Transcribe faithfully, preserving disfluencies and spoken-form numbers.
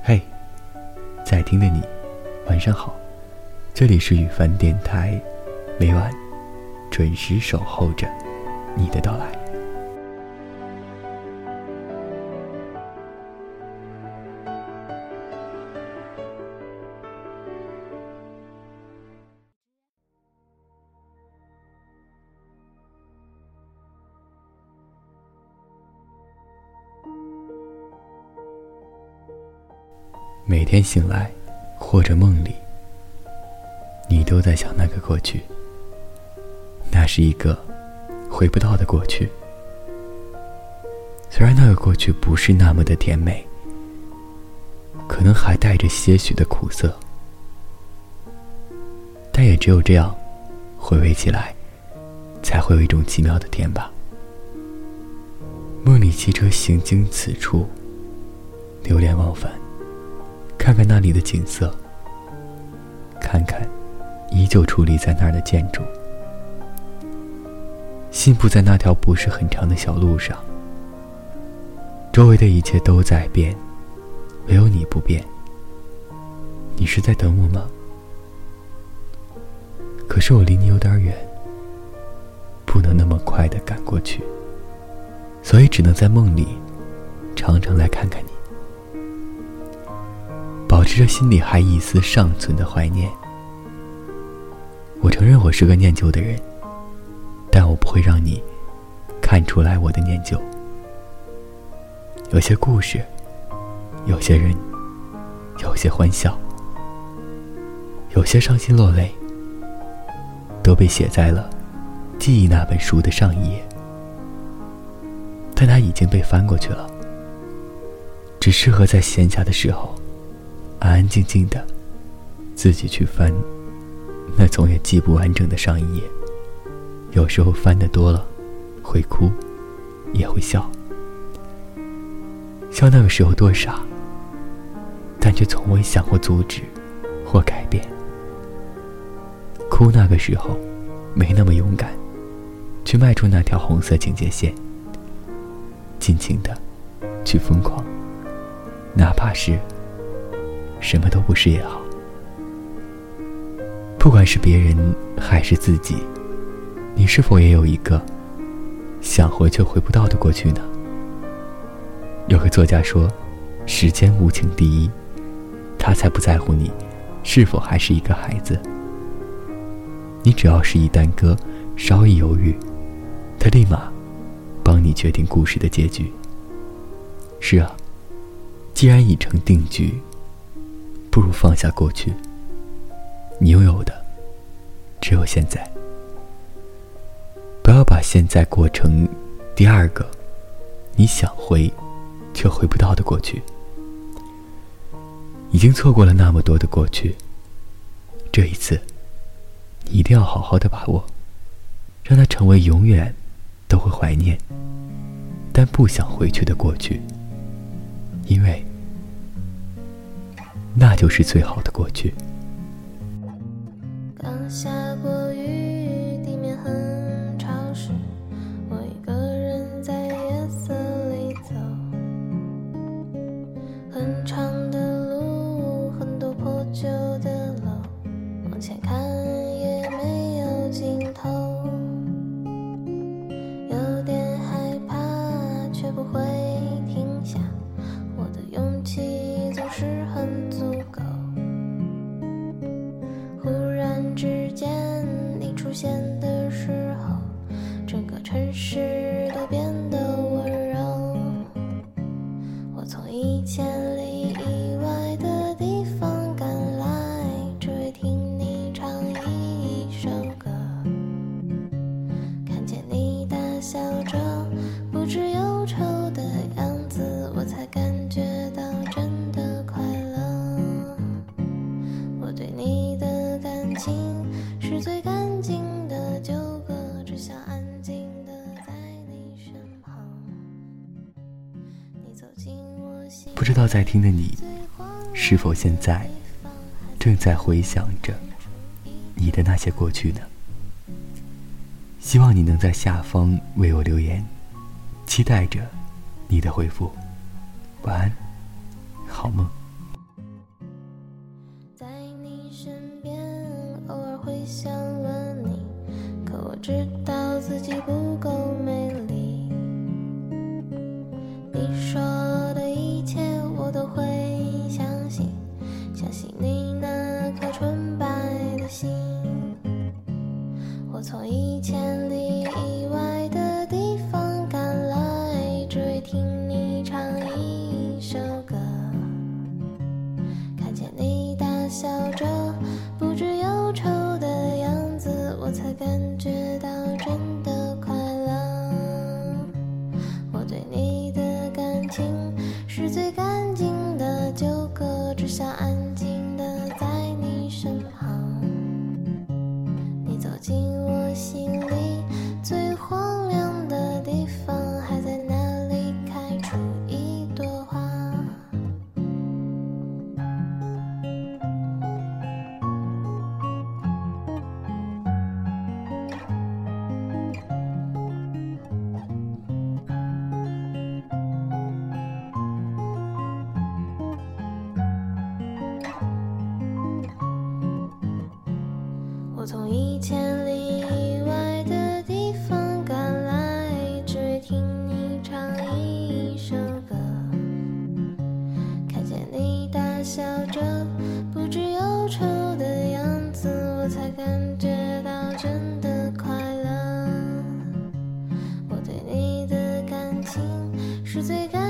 嘿，在听的你，晚上好，这里是雨帆电台，每晚准时守候着你的到来。每天醒来或者梦里，你都在想那个过去，那是一个回不到的过去。虽然那个过去不是那么的甜美，可能还带着些许的苦涩，但也只有这样，回味起来才会有一种奇妙的甜吧。梦里骑车行经此处，流连忘返，看看那里的景色，看看依旧矗立在那儿的建筑，心不在那条不是很长的小路上，周围的一切都在变，唯有你不变。你是在等我吗？可是我离你有点远，不能那么快地赶过去，所以只能在梦里常常来看看你，保持着心里还一丝尚存的怀念。我承认我是个念旧的人，但我不会让你看出来我的念旧。有些故事，有些人，有些欢笑，有些伤心落泪，都被写在了记忆那本书的上一页，但它已经被翻过去了，只适合在闲暇的时候安安静静的自己去翻那总也记不完整的上一页。有时候翻得多了会哭，也会笑，笑那个时候多傻，但却从未想过阻止或改变。哭那个时候没那么勇敢，去迈出那条红色警戒线，尽情的去疯狂，哪怕是什么都不是也好。不管是别人还是自己，你是否也有一个想回却回不到的过去呢？有个作家说，时间无情第一，他才不在乎你是否还是一个孩子。你只要是一耽搁，稍一犹豫，他立马帮你决定故事的结局。是啊，既然已成定局，不如放下过去，你拥有的只有现在。不要把现在过成第二个你想回却回不到的过去。已经错过了那么多的过去，这一次你一定要好好的把握，让它成为永远都会怀念但不想回去的过去，因为那就是最好的过去。 刚下过雨，地面很潮湿，我一个人在夜色里走，很长的路，很多破旧的楼，往前看也没有尽头，有点害怕却不会停下，我的勇气总是很足够。忽然之间你出现的时候，整个城市都变得温柔，我从一千里以外的地方赶来，只为听你唱一首歌，看见你大笑着不知忧愁的样子，我才感觉到真的快乐。我对你的感情是最干净的纠葛，只想安静的在你身旁。你走进我心， 不知道在听的你是否现在正在回想着你的那些过去呢？希望你能在下方为我留言，期待着你的回复。晚安，好梦。 知道自己不够美丽，你说的一切我都会相信，相信你那颗纯白的心。我从一千里以外的地方赶来，只为听你唱一首歌，看见你大笑着不知忧愁的样子，我才感觉到真的快乐。我对你的感情是最干净的旧歌，只想安静的在你身旁。你走进我心里最荒凉的地方，还在那里开出一朵花。我从一千里以外的地方赶来，只为听你唱一首歌，看见你大笑着不知忧愁的样子，我才感觉到真的快乐。我对你的感情是最感